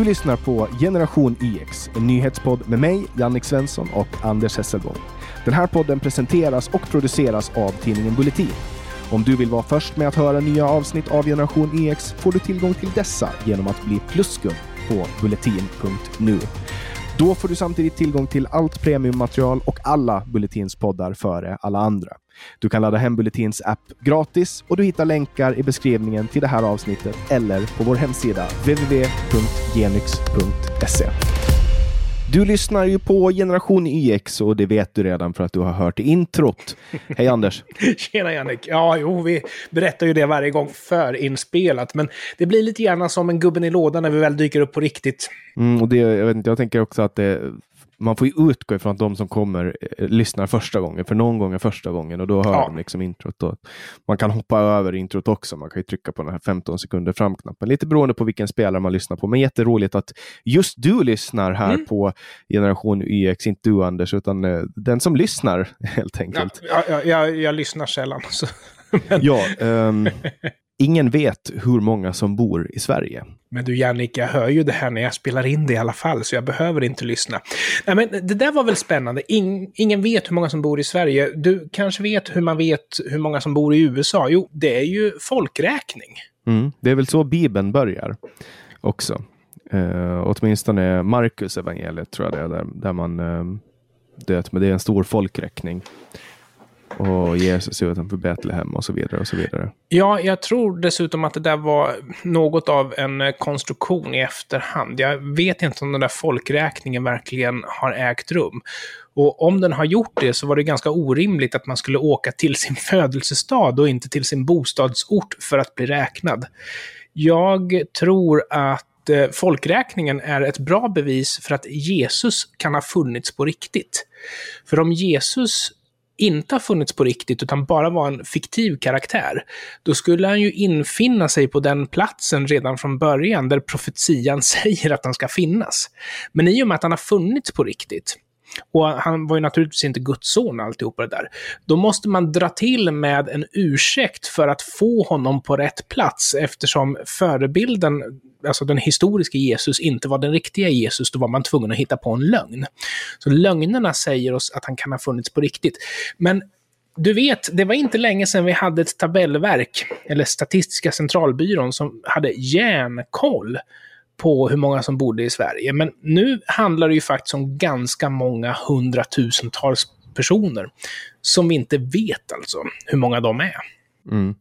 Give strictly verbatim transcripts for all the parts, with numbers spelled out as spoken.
Du lyssnar på Generation Y X, en nyhetspodd med mig, Jannik Svensson och Anders Hesselbom. Den här podden presenteras och produceras av tidningen Bulletin. Om du vill vara först med att höra nya avsnitt av Generation Y X får du tillgång till dessa genom att bli pluskund på bulletin punkt nu. Då får du samtidigt tillgång till allt premiummaterial och alla Bulletins poddar före alla andra. Du kan ladda hem Bulletins app gratis och du hittar länkar i beskrivningen till det här avsnittet eller på vår hemsida w w w punkt genix punkt se. Du lyssnar ju på Generation Y X och det vet du redan för att du har hört introt. Hej Anders. Tjena Jannik. Ja, jo, vi berättar ju det varje gång för inspelat. Men det blir lite gärna som en gubben i lådan när vi väl dyker upp på riktigt. Mm, och det, jag, vet inte, jag tänker också att det, man får ju utgå ifrån att de som kommer eh, lyssnar första gången. För någon gång är första gången och då hör ja. de liksom introt. Då. Man kan hoppa över introt också. Man kan ju trycka på den här femton sekunder framknappen. Lite beroende på vilken spelare man lyssnar på. Men jätteroligt att just du lyssnar här mm. på Generation Y X. Inte du Anders utan eh, den som lyssnar helt enkelt. Ja, ja, jag, jag lyssnar sällan. Så. Men... Ja, um, ingen vet hur många som bor i Sverige. Men du Jannik, jag hör ju det här när jag spelar in det i alla fall, så jag behöver inte lyssna. Nej, men det där var väl spännande. In, ingen vet hur många som bor i Sverige. Du kanske vet hur man vet hur många som bor i U S A? Jo, det är ju folkräkning. Mm, det är väl så Bibeln börjar också. Uh, åtminstone Markus evangeliet tror jag det är, där, där man uh, det, men det är en stor folkräkning. Och Jesus utanför Betlehem och så vidare och så vidare. Ja, jag tror dessutom att det där var något av en konstruktion i efterhand. Jag vet inte om den där folkräkningen verkligen har ägt rum. Och om den har gjort det så var det ganska orimligt att man skulle åka till sin födelsestad och inte till sin bostadsort för att bli räknad. Jag tror att folkräkningen är ett bra bevis för att Jesus kan ha funnits på riktigt. För om Jesus inte har funnits på riktigt utan bara var en fiktiv karaktär, då skulle han ju infinna sig på den platsen redan från början där profetian säger att han ska finnas. Men i och med att han har funnits på riktigt, och han var ju naturligtvis inte Guds son alltihopa det där, då måste man dra till med en ursäkt för att få honom på rätt plats, eftersom förebilden, alltså den historiska Jesus, inte var den riktiga Jesus. Då var man tvungen att hitta på en lögn. Så lögnerna säger oss att han kan ha funnits på riktigt. Men du vet, det var inte länge sedan vi hade ett tabellverk, eller Statistiska centralbyrån, som hade järnkoll på hur många som bodde i Sverige. Men nu handlar det ju faktiskt om ganska många hundratusentals personer som vi inte vet alltså hur många de är. Mm.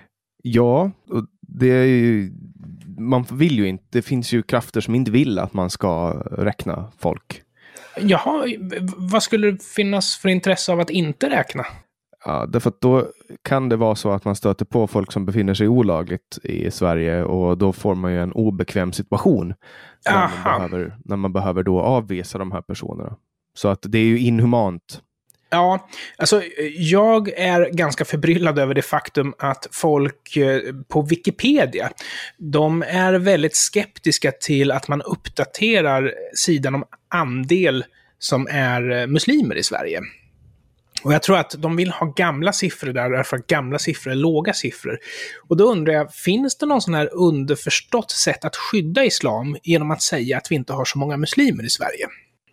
Ja, och det är ju, man vill ju inte, det finns ju krafter som inte vill att man ska räkna folk. Jaha, vad skulle det finnas för intresse av att inte räkna? Ja, därför att då kan det vara så att man stöter på folk som befinner sig olagligt i Sverige och då får man ju en obekväm situation när man, behöver, när man behöver då avvisa de här personerna. Så att det är ju inhumant. Ja, alltså jag är ganska förbryllad över det faktum att folk på Wikipedia, de är väldigt skeptiska till att man uppdaterar sidan om andel som är muslimer i Sverige. Och jag tror att de vill ha gamla siffror där, därför att gamla siffror är låga siffror. Och då undrar jag, finns det någon sån här underförstått sätt att skydda islam genom att säga att vi inte har så många muslimer i Sverige?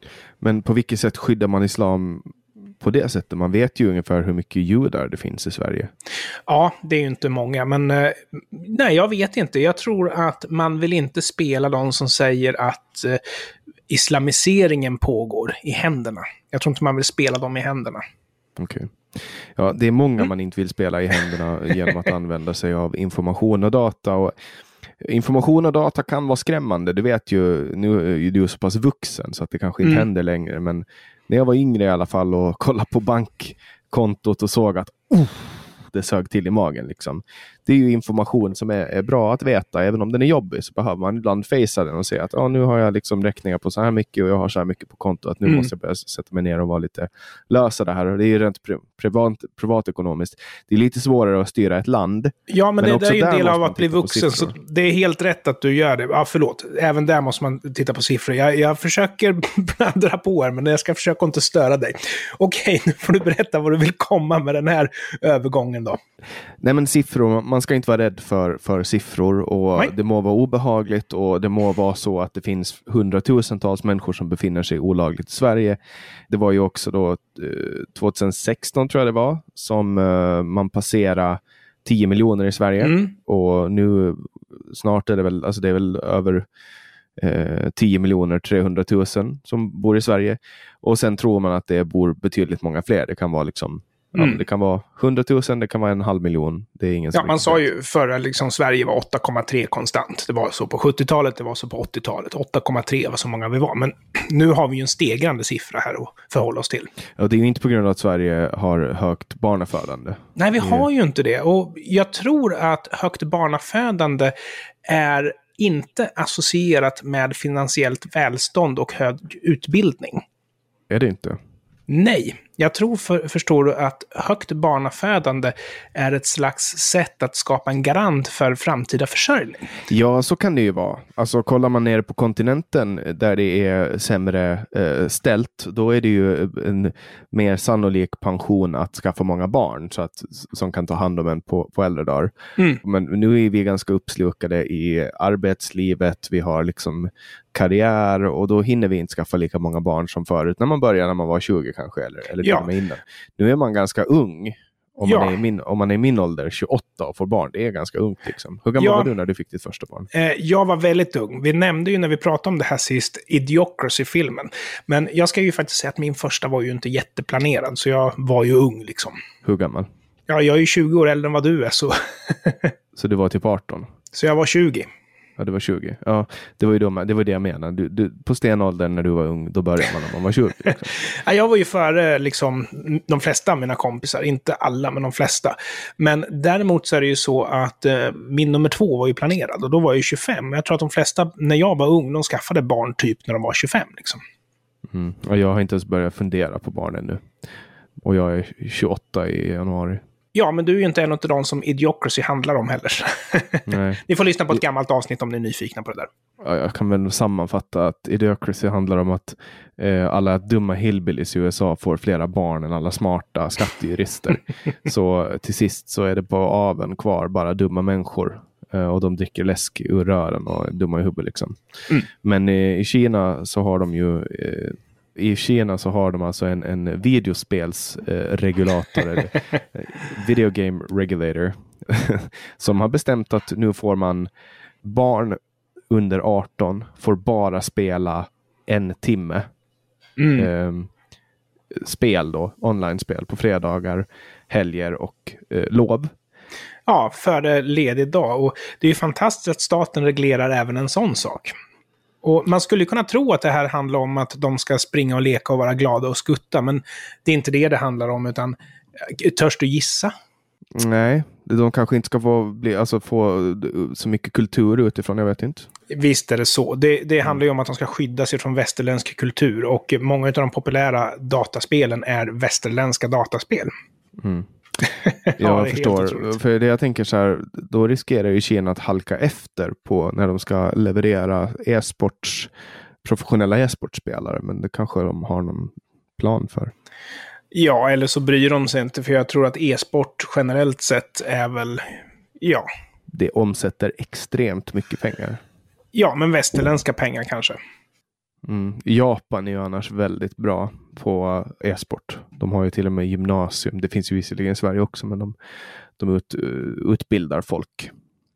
Men på vilket sätt skyddar man islam på det sättet? Man vet ju ungefär hur mycket judar det finns i Sverige. Ja, det är ju inte många, men eh, nej, jag vet inte. Jag tror att man vill inte spela de som säger att eh, islamiseringen pågår i händerna. Jag tror inte man vill spela dem i händerna. Okej. Okay. Ja, det är många man inte vill spela i händerna genom att använda sig av information och data. Och information och data kan vara skrämmande. Du vet ju, nu är ju du så pass vuxen så att det kanske inte mm. händer längre. Men när jag var yngre i alla fall och kollade på bankkontot och såg att uh, det sög till i magen liksom. Det är ju information som är, är bra att veta. Även om den är jobbig så behöver man ibland facea den och säga att ah, nu har jag liksom räkningar på så här mycket och jag har så här mycket på konto att nu mm. måste jag börja sätta mig ner och vara lite lösa det här. Och det är ju rent pri- privat, privatekonomiskt. Det är lite svårare att styra ett land. Ja, men, men det, det är ju en del av att bli vuxen. Så det är helt rätt att du gör det. Ja, förlåt. Även där måste man titta på siffror. Jag, jag försöker bläddra på här, men jag ska försöka inte störa dig. Okej, nu får du berätta vad du vill komma med den här övergången då. Nej, men siffror, man man ska inte vara rädd för, för siffror och Nej. Det må vara obehagligt och det må vara så att det finns hundratusentals människor som befinner sig olagligt i Sverige. Det var ju också då tjugohundrasexton tror jag det var som uh, man passerade tio miljoner i Sverige mm. och nu snart är det väl, alltså det är väl över eh, tio miljoner trehundratusen som bor i Sverige och sen tror man att det bor betydligt många fler. Det kan vara liksom Mm. Ja, det kan vara hundratusen, det kan vara en halv miljon. Det är ingen ja, man sa ju förr att liksom Sverige var åtta komma tre konstant. Det var så på sjuttiotalet, det var så på åttiotalet. åtta komma tre var så många vi var. Men nu har vi ju en stegrande siffra här att förhålla oss till. Ja, det är ju inte på grund av att Sverige har högt barnafödande. Nej, vi har ju inte det. Och jag tror att högt barnafödande är inte associerat med finansiellt välstånd och hög utbildning. Är det inte? Nej, jag tror för, förstår du att högt barnafödande är ett slags sätt att skapa en garant för framtida försörjning. Ja, så kan det ju vara. Alltså kollar man ner på kontinenten där det är sämre eh, ställt, då är det ju en mer sannolik pension att skaffa många barn så att, som kan ta hand om en på, på äldre dagar. Mm. Men nu är vi ganska uppslukade i arbetslivet, vi har liksom karriär och då hinner vi inte skaffa lika många barn som förut när man börjar när man var tjugo kanske eller, eller ja. Innan. Nu är man ganska ung om, ja. man är min, om man är i min ålder tjugoåtta och får barn. Det är ganska ungt liksom. Hur gammal ja. var du när du fick ditt första barn? Eh, jag var väldigt ung. Vi nämnde ju när vi pratade om det här sist Idiocracy-filmen. Men jag ska ju faktiskt säga att min första var ju inte jätteplanerad så jag var ju ung liksom. Hur gammal? Ja, jag är ju tjugo år äldre än vad du är så. Så du var typ arton? Så jag var tjugo. Ja, det var tjugo. Ja, det var ju de, det var det jag menade. Du, du, på stenåldern när du var ung, då började man när man var tjugo. Liksom. Ja, jag var ju före liksom, de flesta av mina kompisar. Inte alla, men de flesta. Men däremot så är det ju så att eh, min nummer två var ju planerad. Och då var jag ju tjugofem. Jag tror att de flesta, när jag var ung, de skaffade barn typ när de var tjugofem. Liksom. Mm. Och jag har inte ens börjat fundera på barn ännu. Och jag är tjugoåtta i januari. Ja, men du är ju inte en av de som Idiocracy handlar om heller. Nej. Ni får lyssna på ett gammalt avsnitt om ni är nyfikna på det där. Ja, jag kan väl sammanfatta att Idiocracy handlar om att eh, alla dumma hillbillies i U S A får flera barn än alla smarta skattejurister. Så till sist så är det på aven kvar bara dumma människor. Eh, och de dricker läsk ur rören och är dumma i huvudet liksom. Mm. Men eh, i Kina så har de ju... Eh, I Kina så har de alltså en, en videospelsregulator, eh, eller video game regulator, som har bestämt att nu får man barn under arton får bara spela en timme mm. eh, spel då, online-spel på fredagar, helger och eh, lov. Ja, för det ledig dag. Och det är ju fantastiskt att staten reglerar även en sån sak. Och man skulle kunna tro att det här handlar om att de ska springa och leka och vara glada och skutta. Men det är inte det det handlar om, utan törs du gissa? Nej, de kanske inte ska få, bli, alltså få så mycket kultur utifrån, jag vet inte. Visst är det så. Det, det handlar ju om att de ska skydda sig från västerländsk kultur. Och många av de populära dataspelen är västerländska dataspel. Mm. Jag ja, förstår. För det jag tänker så här, då riskerar ju Kina att halka efter på när de ska leverera e-sports, professionella e-sportspelare, men det kanske de har någon plan för. Ja, eller så bryr de sig inte, för jag tror att e-sport generellt sett är väl, ja. Det omsätter extremt mycket pengar. Ja, men västerländska pengar kanske. Mm. Japan är ju annars väldigt bra på e-sport. De har ju till och med gymnasium. Det finns ju visserligen i Sverige också, men de, de ut, utbildar folk.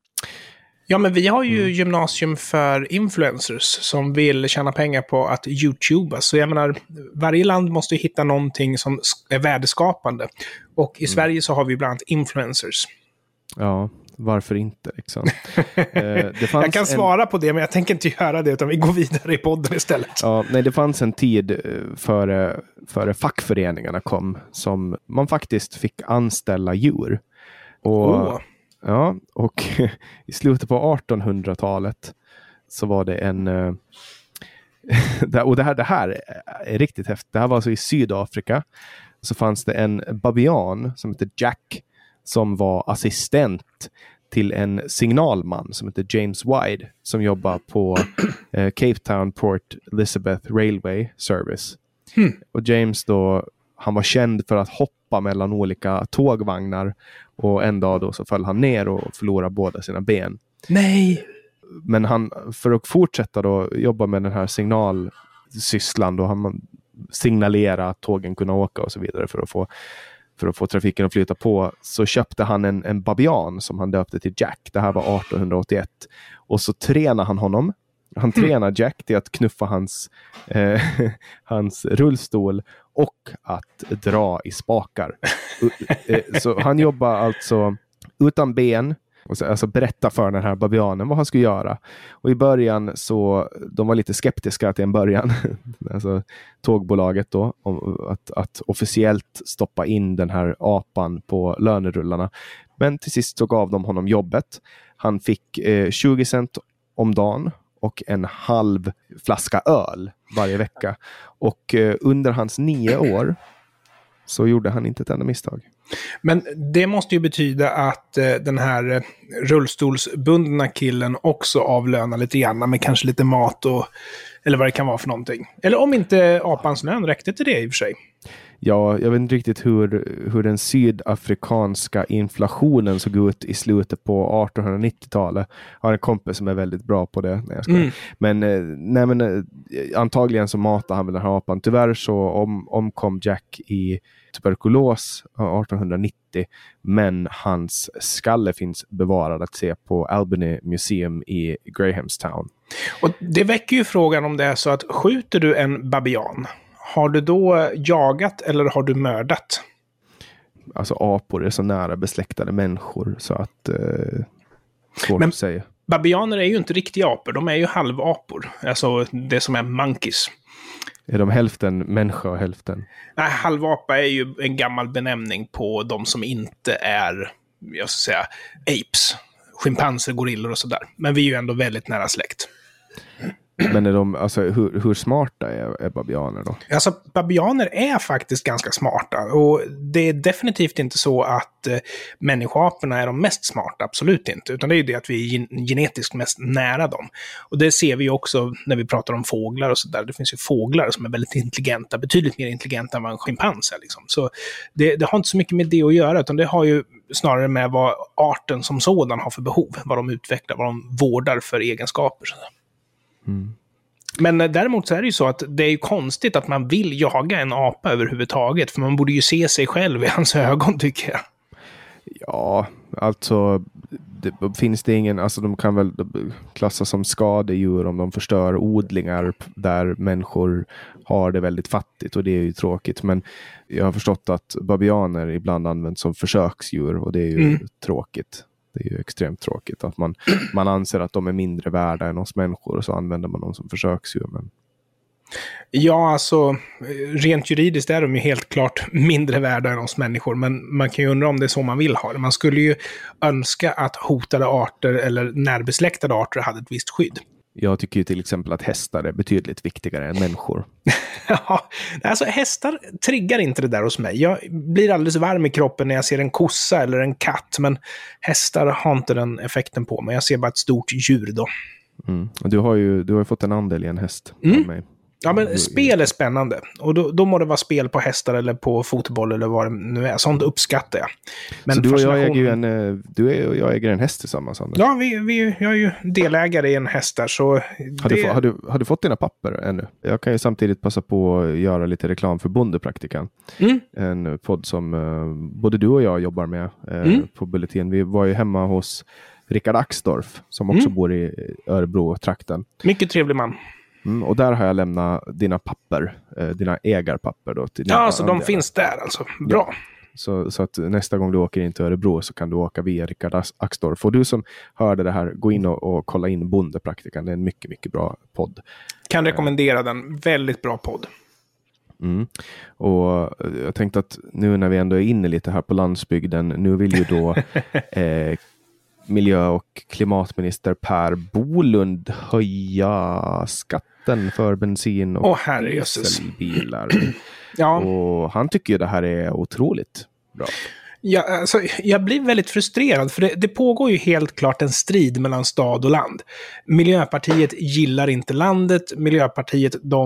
Ja, men vi har ju mm. gymnasium för influencers som vill tjäna pengar på att YouTuba. Så jag menar, varje land måste hitta någonting som är värdeskapande. Och i mm. Sverige så har vi bland annat influencers. Ja, varför inte liksom? eh, det fanns jag kan svara en... på det, men jag tänker inte göra det, utan vi går vidare i podden istället. Ja, nej, det fanns en tid före, före fackföreningarna kom som man faktiskt fick anställa djur. Och, oh. ja, och i slutet på artonhundratalet så var det en... och det här, det här är riktigt häftigt. Det här var alltså i Sydafrika. Så fanns det en babian som heter Jack som var assistent till en signalman som heter James Wide som jobbar på eh, Cape Town Port Elizabeth Railway Service. Hmm. Och James då han var känd för att hoppa mellan olika tågvagnar och en dag då så föll han ner och förlorade båda sina ben. Nej! Men han, för att fortsätta då jobba med den här signalsysslan då han signalera att tågen kunde åka och så vidare för att få för att få trafiken att flyta på, så köpte han en, en babian som han döpte till Jack. Det här var arton åttioett. Och så tränade han honom. Han tränade Jack till att knuffa hans, eh, hans rullstol och att dra i spakar. Så han jobbar alltså utan ben. Och så, alltså berätta för den här babianen vad han skulle göra. Och i början så, de var lite skeptiska till en början. Alltså tågbolaget då. Om, att, att officiellt stoppa in den här apan på lönerullarna. Men till sist så gav de honom jobbet. Han fick eh, tjugo cent om dagen. Och en halv flaska öl varje vecka. Och eh, under hans nio år så gjorde han inte ett enda misstag. Men det måste ju betyda att eh, den här eh, rullstolsbundna killen också avlönar lite grann med kanske lite mat och eller vad det kan vara för någonting. Eller om inte apans lön räckte till det i och för sig. Ja, jag vet inte riktigt hur, hur den sydafrikanska inflationen såg ut i slutet på artonhundranittiotalet. Jag har en kompis som är väldigt bra på det. Nej, jag ska. Mm. Men, eh, nej, men eh, antagligen så matade han väl den här apan. Tyvärr så om, omkom Jack i tuberkulos artonhundranittio, men hans skalle finns bevarad att se på Albany Museum i Grahamstown. Och det väcker ju frågan om det är så att skjuter du en babian, har du då jagat eller har du mördat? Alltså apor är så nära besläktade människor så att eh, svårt men att säga. Babianer är ju inte riktiga apor, de är ju halvapor. Alltså det som är monkeys. Är de hälften människa och hälften? Nej, halvapa är ju en gammal benämning på de som inte är, jag ska säga, apes. Schimpanser, gorillor och sådär. Men vi är ju ändå väldigt nära släkt. Men är de, alltså, hur, hur smarta är, är babianer då? Alltså, babianer är faktiskt ganska smarta. Och det är definitivt inte så att eh, människoaporna är de mest smarta. Absolut inte. Utan det är ju det att vi är gen- genetiskt mest nära dem. Och det ser vi också när vi pratar om fåglar och sådär. Det finns ju fåglar som är väldigt intelligenta. Betydligt mer intelligenta än vad en schimpans är. Liksom. Så det, det har inte så mycket med det att göra. Utan det har ju snarare med vad arten som sådan har för behov. Vad de utvecklar, vad de vårdar för egenskaper. Sådär. Mm. Men däremot så är det ju så att det är ju konstigt att man vill jaga en apa överhuvudtaget. För man borde ju se sig själv i hans ögon, tycker jag. Ja, alltså det, finns det ingen, alltså de kan väl klassas som skadedjur om de förstör odlingar där människor har det väldigt fattigt, och det är ju tråkigt. Men jag har förstått att babianer ibland används som försöksdjur, och det är ju mm. tråkigt. Det är ju extremt tråkigt att man, man anser att de är mindre värda än oss människor, och så använder man dem som försöksdjur. Men... Ja, alltså rent juridiskt är de ju helt klart mindre värda än oss människor, men man kan ju undra om det är så man vill ha det. Man skulle ju önska att hotade arter eller närbesläktade arter hade ett visst skydd. Jag tycker ju till exempel att hästar är betydligt viktigare än människor. Ja, alltså hästar triggar inte det där hos mig. Jag blir alldeles varm i kroppen när jag ser en kossa eller en katt, men hästar har inte den effekten på mig. Jag ser bara ett stort djur då. Mm. Och du har ju du har fått en andel i en häst mm. av mig. Ja, men spel är spännande. Och då, då må det vara spel på hästar eller på fotboll eller vad det nu är. Sånt uppskattar jag. Men så du och jag äger ju en, du och jag äger en häst tillsammans, Anders? Ja, vi, vi, jag är ju delägare i en häst där. Så har, det... du, har, du, har du fått dina papper ännu? Jag kan ju samtidigt passa på att göra lite reklam för Bondepraktikan. Mm. En podd som uh, både du och jag jobbar med uh, mm. på Bulletin. Vi var ju hemma hos Rickard Axdorff som också mm. bor i Örebro-trakten. Mycket trevlig man. Mm, och där har jag lämnat dina papper, eh, dina ägarpapper då. Till ja, så de finns där alltså. Bra. Ja. Så, så att nästa gång du åker in till Örebro så kan du åka via Rickard Axdorff. Och du som hörde det här, gå in och, och kolla in Bondepraktikan. Det är en mycket, mycket bra podd. Kan rekommendera eh. den. Väldigt bra podd. Mm. Och jag tänkte att nu när vi ändå är inne lite här på landsbygden, nu vill ju då eh, miljö- och klimatminister Per Bolund höja skatten för bensin och oh, dieselbilar. Ja. Och han tycker ju det här är otroligt bra. Ja, alltså, jag blir väldigt frustrerad för det, det pågår ju helt klart en strid mellan stad och land. Miljöpartiet gillar inte landet. Miljöpartiet, de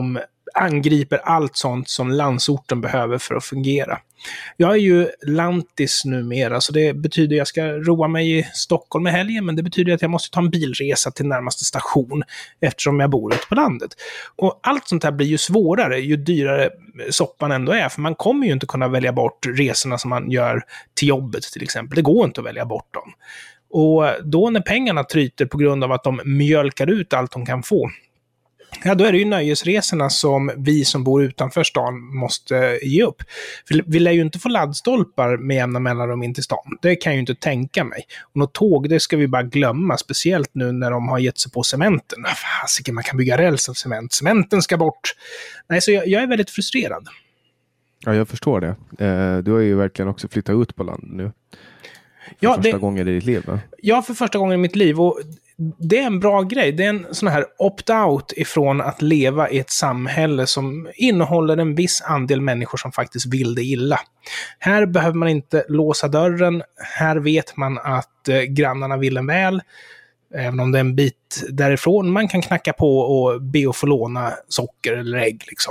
angriper allt sånt som landsorten behöver för att fungera. Jag är ju lantis numera, så det betyder att jag ska roa mig i Stockholm i helgen, men det betyder att jag måste ta en bilresa till närmaste station eftersom jag bor ute på landet. Och allt sånt här blir ju svårare ju dyrare soppan ändå är, för man kommer ju inte kunna välja bort resorna som man gör till jobbet till exempel. Det går inte att välja bort dem. Och då när pengarna tryter på grund av att de mjölkar ut allt de kan få, ja, då är det ju nöjesresorna som vi som bor utanför stan måste ge upp. För vi lär ju inte få laddstolpar med jämna mellanrum in till stan. Det kan jag ju inte tänka mig. Och något tåg, det ska vi bara glömma. Speciellt nu när de har gett sig på cementen. Fasiken, man kan bygga räls av cement. Cementen ska bort. Nej, så jag, jag är väldigt frustrerad. Ja, jag förstår det. Eh, du har ju verkligen också flyttat ut på land nu. För ja, första det, gången i ditt liv, va? Ja, för första gången i mitt liv. Och det är en bra grej. Det är en sån här opt-out ifrån att leva i ett samhälle som innehåller en viss andel människor som faktiskt vill det illa. Här behöver man inte låsa dörren. Här vet man att eh, grannarna vill en väl. Även om det är en bit därifrån. Man kan knacka på och be att få låna socker eller ägg liksom.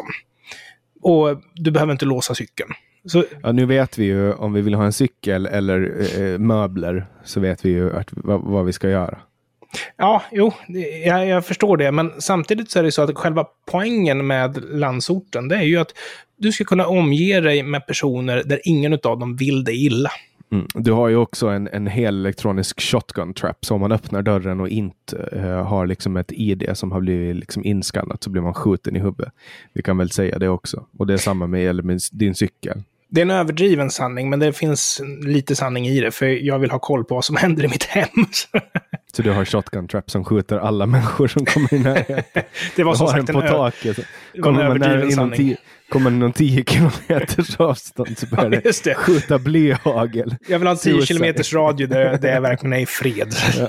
Och du behöver inte låsa cykeln. Så, ja, nu vet vi ju om vi vill ha en cykel eller eh, möbler, så vet vi ju att, vad, vad vi ska göra. Ja, jo, jag, jag förstår det. Men samtidigt så är det så att själva poängen med landsorten, det är ju att du ska kunna omge dig med personer där ingen av dem vill dig illa. Mm. Du har ju också en, en hel elektronisk shotgun trap, så om man öppnar dörren och inte uh, har liksom ett I D som har blivit liksom inskannat, så blir man skjuten i huvudet. Vi kan väl säga det också. Och det är samma med, eller med din cykel. Det är en överdriven sanning, men det finns lite sanning i det, för jag vill ha koll på vad som händer i mitt hem. Så du har shotgun trap som skjuter alla människor som kommer in här. Det var som sagt på en, taket. Det var en överdriven sanning. Tio, kommer man inom tio kilometers avstånd så börjar ja, det skjuta blyhagel. Jag vill ha en tio kilometers radio där det är verkligen är i fred.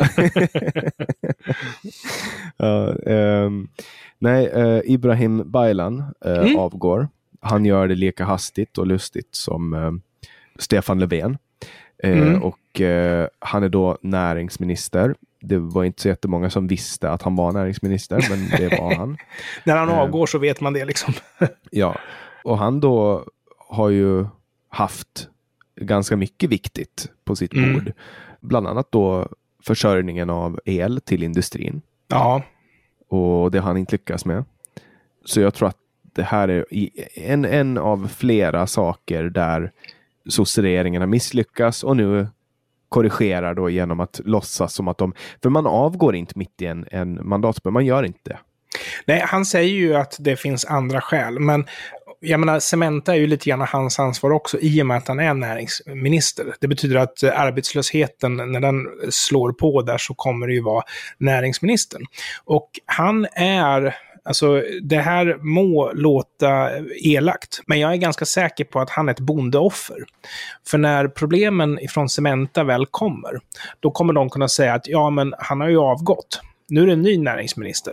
ja, um, nej, uh, Ibrahim Baylan uh, mm. avgår. Han gör det lika hastigt och lustigt som uh, Stefan Löfven. Uh, mm. Och uh, han är då näringsminister. Det var inte så jättemånga som visste att han var näringsminister, men det var han. När han avgår så vet man det liksom. Ja, och han då har ju haft ganska mycket viktigt på sitt mm. bord. Bland annat då försörjningen av el till industrin. Ja. Och det har han inte lyckats med. Så jag tror att det här är en, en av flera saker där socialregeringen har misslyckats och nu korrigerar då genom att låtsas som att de... För man avgår inte mitt i en, en mandatperiod, man gör inte det. Nej, han säger ju att det finns andra skäl, men jag menar, Cementa är ju lite grann hans ansvar också i och med att han är näringsminister. Det betyder att arbetslösheten, när den slår på där, så kommer det ju vara näringsministern. Och han är... Alltså, det här må låta elakt, men jag är ganska säker på att han är ett bondeoffer. För när problemen ifrån Cementa väl kommer, då kommer de kunna säga att ja, men han har ju avgått. Nu är det en ny näringsminister.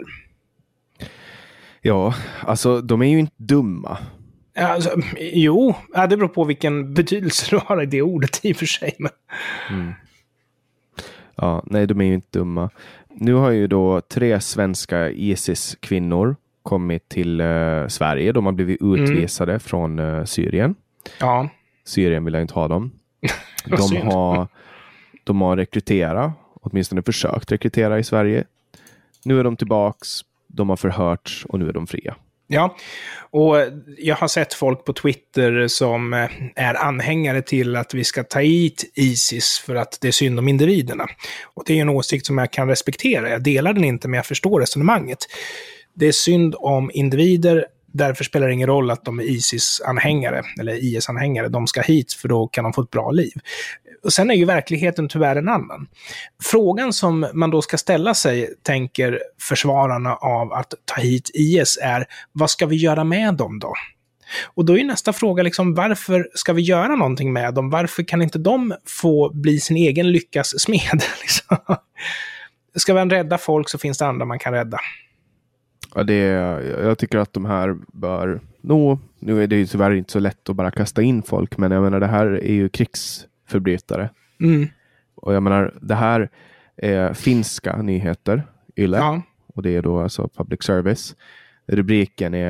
Ja, alltså de är ju inte dumma. Alltså, jo, det beror på vilken betydelse du har i det ordet i och för sig. Men... Mm. Ja, nej, de är ju inte dumma. Nu har ju då tre svenska ISIS-kvinnor kommit till uh, Sverige. De har blivit utvisade mm. från uh, Syrien. Ja. Syrien vill jag inte ha dem. De har, de har rekryterat, åtminstone försökt rekrytera i Sverige. Nu är de tillbaks, de har förhörts och nu är de fria. Ja, och jag har sett folk på Twitter som är anhängare till att vi ska ta hit ISIS för att det är synd om individerna. Och det är en åsikt som jag kan respektera. Jag delar den inte, men jag förstår resonemanget. Det är synd om individer, därför spelar det ingen roll att de är ISIS-anhängare eller I S-anhängare. De ska hit för då kan de få ett bra liv. Och sen är ju verkligheten tyvärr en annan. Frågan som man då ska ställa sig, tänker försvararna av att ta hit I S, är vad ska vi göra med dem då? Och då är nästa fråga liksom, varför ska vi göra någonting med dem? Varför kan inte de få bli sin egen lyckas smed? Liksom? Ska man rädda folk så finns det andra man kan rädda. Ja, det är, jag tycker att de här bör... No, nu är det ju tyvärr inte så lätt att bara kasta in folk, men jag menar, det här är ju krigsförbrytare. Mm. Och jag menar, det här är finska nyheter, Yle. Ja. Och det är då alltså public service. Rubriken är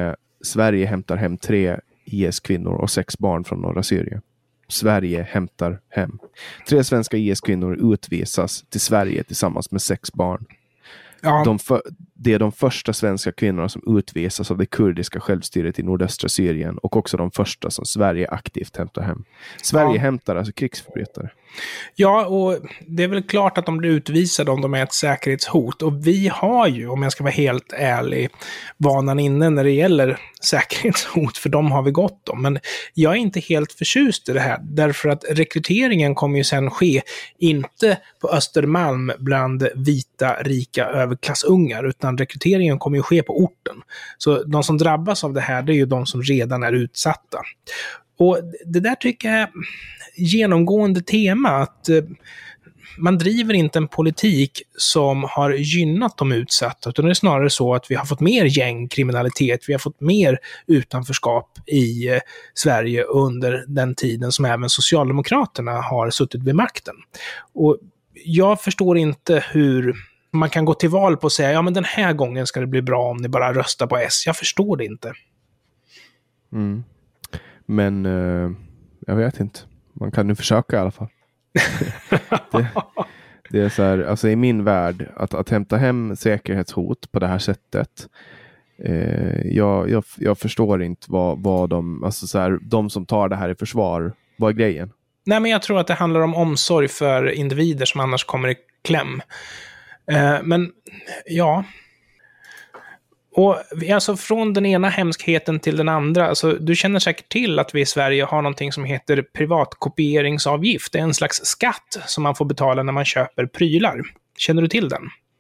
Sverige hämtar hem tre I S-kvinnor och sex barn från norra Syrien. Sverige hämtar hem. Tre svenska I S-kvinnor utvisas till Sverige tillsammans med sex barn. Ja. De för, det är de första svenska kvinnorna som utvisas av det kurdiska självstyret i nordöstra Syrien och också de första som Sverige aktivt hämtar hem. Sverige Ja. hämtar alltså krigsförbrytare. Ja, och det är väl klart att de blir utvisade om de är ett säkerhetshot. Och vi har ju, om jag ska vara helt ärlig, vanan inne när det gäller säkerhetshot, för de har vi gott om. Men jag är inte helt förtjust i det här, därför att rekryteringen kommer ju sen ske inte på Östermalm bland vita, rika överklassungar, utan rekryteringen kommer ju ske på orten. Så de som drabbas av det här, det är ju de som redan är utsatta. Och det där tycker jag är genomgående tema, att eh, man driver inte en politik som har gynnat de utsatta, utan det är snarare så att vi har fått mer gängkriminalitet, vi har fått mer utanförskap i eh, Sverige under den tiden som även Socialdemokraterna har suttit vid makten. Och jag förstår inte hur man kan gå till val på att säga, ja men den här gången ska det bli bra om ni bara röstar på S. Jag förstår det inte. Mm. Men eh, jag vet inte. Man kan ju försöka i alla fall. det, det är så här, alltså i min värld, att, att hämta hem säkerhetshot på det här sättet. Eh, jag, jag, jag förstår inte vad, vad de, alltså så här, de som tar det här i försvar, vad är grejen? Nej, men jag tror att det handlar om omsorg för individer som annars kommer i kläm. Eh, men ja... Och alltså från den ena hemskheten till den andra, alltså du känner säkert till att vi i Sverige har någonting som heter privatkopieringsavgift. Det är en slags skatt som man får betala när man köper prylar. Känner du till den?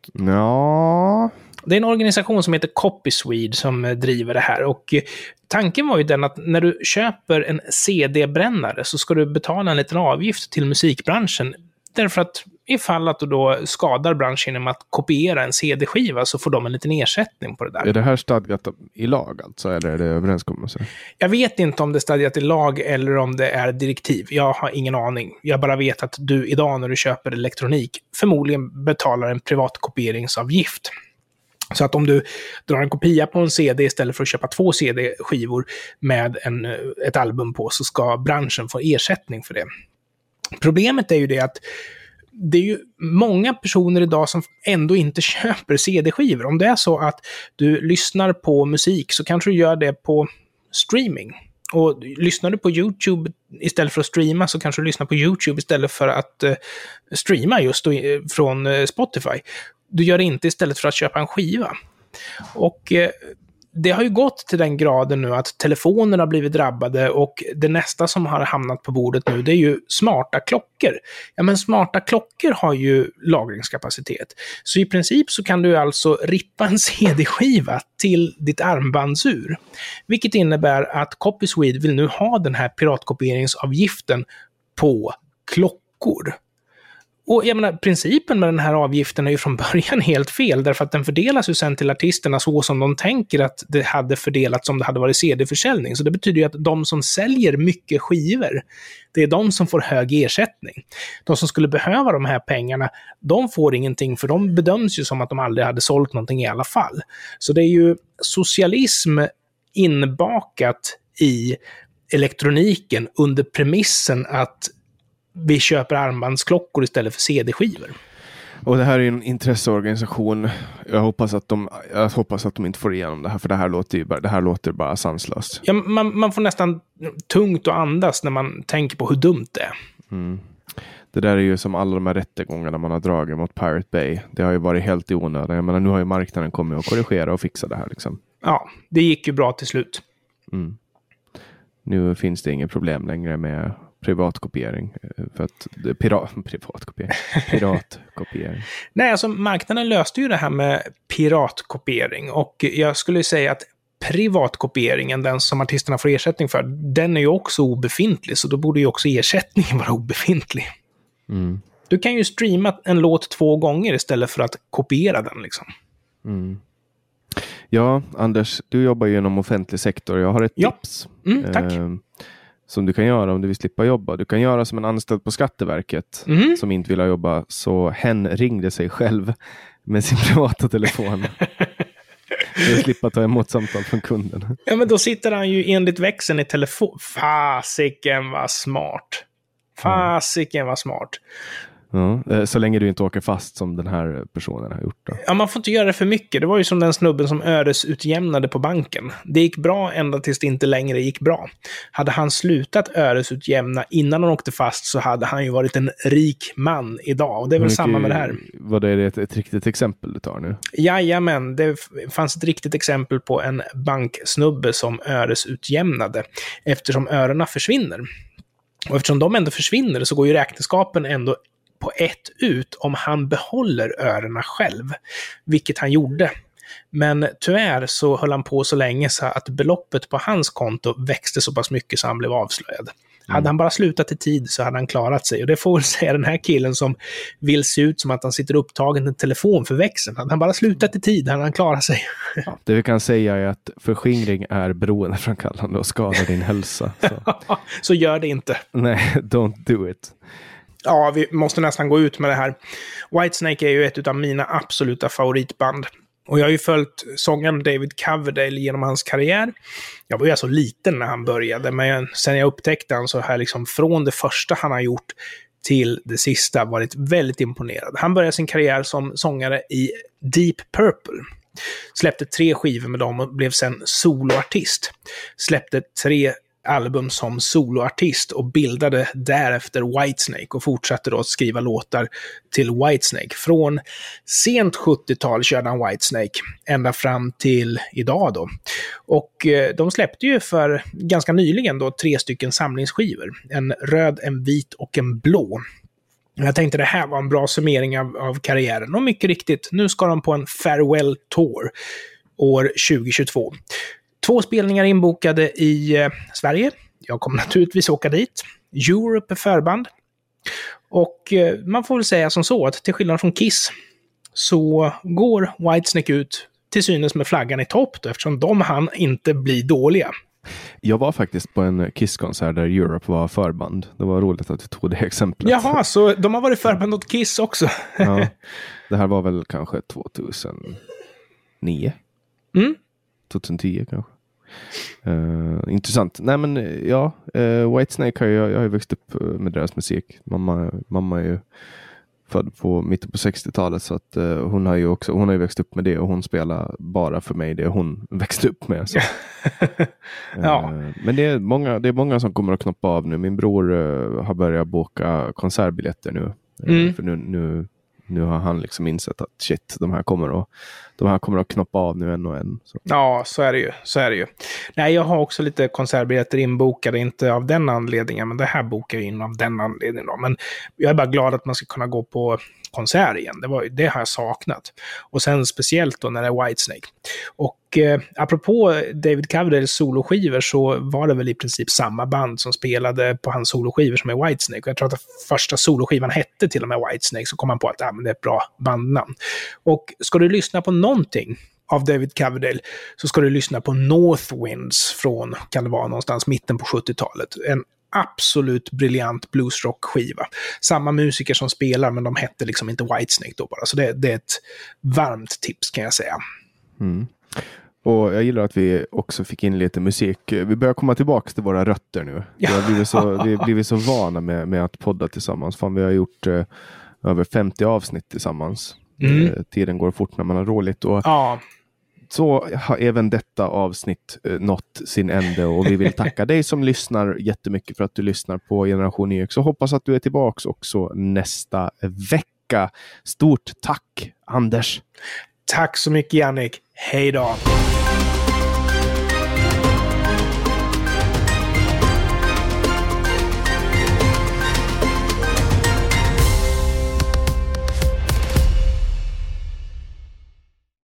Ja. Det är en organisation som heter Copyswede som driver det här, och tanken var ju den att när du köper en C D-brännare så ska du betala en liten avgift till musikbranschen, därför att ifall att du då skadar branschen genom att kopiera en C D-skiva så får de en liten ersättning på det där. Är det här stadgat i lag alltså, eller är det överenskommelse? Jag vet inte om det är stadgat i lag eller om det är direktiv. Jag har ingen aning. Jag bara vet att du idag när du köper elektronik förmodligen betalar en privatkopieringsavgift. Så att om du drar en kopia på en C D istället för att köpa två C D-skivor med en, ett album på, så ska branschen få ersättning för det. Problemet är ju det att det är ju många personer idag som ändå inte köper C D-skivor. Om det är så att du lyssnar på musik så kanske du gör det på streaming. Och lyssnar du på YouTube istället för att streama så kanske du lyssnar på YouTube istället för att uh, streama just då, uh, från uh, Spotify. Du gör det inte istället för att köpa en skiva. Och uh, det har ju gått till den graden nu att telefonerna har blivit drabbade, och det nästa som har hamnat på bordet nu, det är ju smarta klockor. Ja, men smarta klockor har ju lagringskapacitet. Så i princip så kan du alltså rippa en C D-skiva till ditt armbandsur. Vilket innebär att Copyswede vill nu ha den här piratkopieringsavgiften på klockor. Och jag menar, principen med den här avgiften är ju från början helt fel, därför att den fördelas ju sen till artisterna så som de tänker att det hade fördelats om det hade varit C D-försäljning. Så det betyder ju att de som säljer mycket skivor, det är de som får hög ersättning. De som skulle behöva de här pengarna, de får ingenting, för de bedöms ju som att de aldrig hade sålt någonting i alla fall. Så det är ju socialism inbakat i elektroniken under premissen att vi köper armbandsklockor istället för C D-skivor. Och det här är en intresseorganisation. Jag hoppas att de, jag hoppas att de inte får igenom det här, för det här låter ju bara, det här låter bara sanslöst. Ja, man, man får nästan tungt att andas när man tänker på hur dumt det är. Mm. Det där är ju som alla de här rättegångarna man har dragit mot Pirate Bay. Det har ju varit helt i onödan. Jag menar, nu har ju marknaden kommit och korrigera och fixa det här liksom. Ja, det gick ju bra till slut. Mm. Nu finns det inget problem längre med privatkopiering, för att pirat, privatkopiering, piratkopiering. Nej, alltså marknaden löste ju det här med piratkopiering, och jag skulle säga att privatkopieringen, den som artisterna får ersättning för, den är ju också obefintlig, så då borde ju också ersättningen vara obefintlig. Mm. Du kan ju streama en låt två gånger istället för att kopiera den liksom. Mm. Ja, Anders, du jobbar ju inom offentlig sektor. Jag har ett ja. tips. Mm, tack. Eh, som du kan göra om du vill slippa jobba. Du kan göra som en anställd på Skatteverket mm. som inte vill ha jobba. Så hen ringde sig själv med sin privata telefon. För att slippa ta emot samtal från kunden. Ja, men då sitter han ju enligt växeln i telefon. Fasiken var smart. Fasiken var smart. Ja, så länge du inte åker fast som den här personen har gjort då. Ja, man får inte göra det för mycket. Det var ju som den snubben som öresutjämnade på banken. Det gick bra ända tills det inte längre gick bra. Hade han slutat öresutjämna innan han åkte fast så hade han ju varit en rik man idag. Och det är väl mycket, samma med det här. Vad är det ett, ett riktigt exempel du tar nu? Jajamän, det fanns ett riktigt exempel på en banksnubbe som öresutjämnade eftersom örena försvinner. Och eftersom de ändå försvinner så går ju räkenskapen ändå på ett ut om han behåller örena själv, vilket han gjorde. Men tyvärr så höll han på så länge så att beloppet på hans konto växte så pass mycket så han blev avslöjad. Mm. Hade han bara slutat i tid så hade han klarat sig. Och det får väl säga den här killen som vill se ut som att han sitter upptagen en telefon för växeln. Hade han bara slutat i tid hade han klarat sig. Ja, det vi kan säga är att förskingring är beroendeframkallande och skadar din hälsa. Så. Så gör det inte. Nej, don't do it. Ja, vi måste nästan gå ut med det här. Whitesnake är ju ett av mina absoluta favoritband. Och jag har ju följt sångaren David Coverdale genom hans karriär. Jag var ju alltså liten när han började, men sen jag upptäckte han så här liksom från det första han har gjort till det sista varit väldigt imponerad. Han började sin karriär som sångare i Deep Purple. Släppte tre skivor med dem och blev sen soloartist. Släppte tre album som soloartist och bildade därefter Whitesnake och fortsatte då att skriva låtar till Whitesnake. Från sent sjuttiotal körde han Whitesnake ända fram till idag då. Och eh, de släppte ju för ganska nyligen då tre stycken samlingsskivor. En röd, en vit och en blå. Jag tänkte det här var en bra summering av, av karriären. Och mycket riktigt, nu ska de på en farewell tour år tjugohundratjugotvå. Två spelningar inbokade i eh, Sverige. Jag kommer naturligtvis åka dit. Europe är förband. Och eh, man får väl säga som så att till skillnad från Kiss så går Whitesnake ut till synes med flaggan i topp då, eftersom de hann inte bli dåliga. Jag var faktiskt på en Kiss-konsert där Europe var förband. Det var roligt att du tog det exemplet. Jaha, så de har varit förband åt Kiss också. Ja, det här var väl kanske tjugohundranio? Mm. tjugohundratio kanske. Uh, intressant. Nej men ja, uh, Whitesnake har jag, jag har ju växt upp med deras musik. Mamma, mamma är ju född på mitten på sextiotalet så att uh, hon har ju också hon har ju växt upp med det och hon spelar bara för mig det hon växte upp med. Så. Ja. Uh, men det är många det är många som kommer att knoppa av nu. Min bror uh, har börjat boka konsertbiljetter nu. Uh, mm. För nu nu Nu har han liksom insett att shit, de här kommer att, de här kommer att knoppa av nu en och en. Så. Ja, så är det ju. Så är det ju. Nej, jag har också lite konsertbiljetter inbokade, inte av den anledningen, men det här bokar jag in av den anledningen då. Men jag är bara glad att man ska kunna gå på konsert igen. Det, var, det har jag saknat. Och sen speciellt då när det är Whitesnake. Och eh, apropå David Coverdales soloskivor så var det väl i princip samma band som spelade på hans soloskivor som är Whitesnake. Och jag tror att första soloskivan hette till och med Whitesnake, så kom man på att ah, men det är ett bra bandnamn. Och ska du lyssna på någonting av David Coverdale så ska du lyssna på North Winds från, kan det vara någonstans mitten på sjuttiotalet. En absolut briljant bluesrock-skiva. Samma musiker som spelar, men de hette liksom inte Whitesnake då bara. Så det, det är ett varmt tips kan jag säga. Mm. Och jag gillar att vi också fick in lite musik. Vi börjar komma tillbaka till våra rötter nu. Ja. Vi har blivit så, vi har blivit så vana med, med att podda tillsammans. Fan, vi har gjort eh, över femtio avsnitt tillsammans. Mm. Eh, tiden går fort när man har roligt. Och ja. Så har även detta avsnitt eh, nått sin ände och vi vill tacka dig som lyssnar jättemycket för att du lyssnar på Generation E X och hoppas att du är tillbaka också nästa vecka. Stort tack, Anders! Tack så mycket, Jannik. Hej då!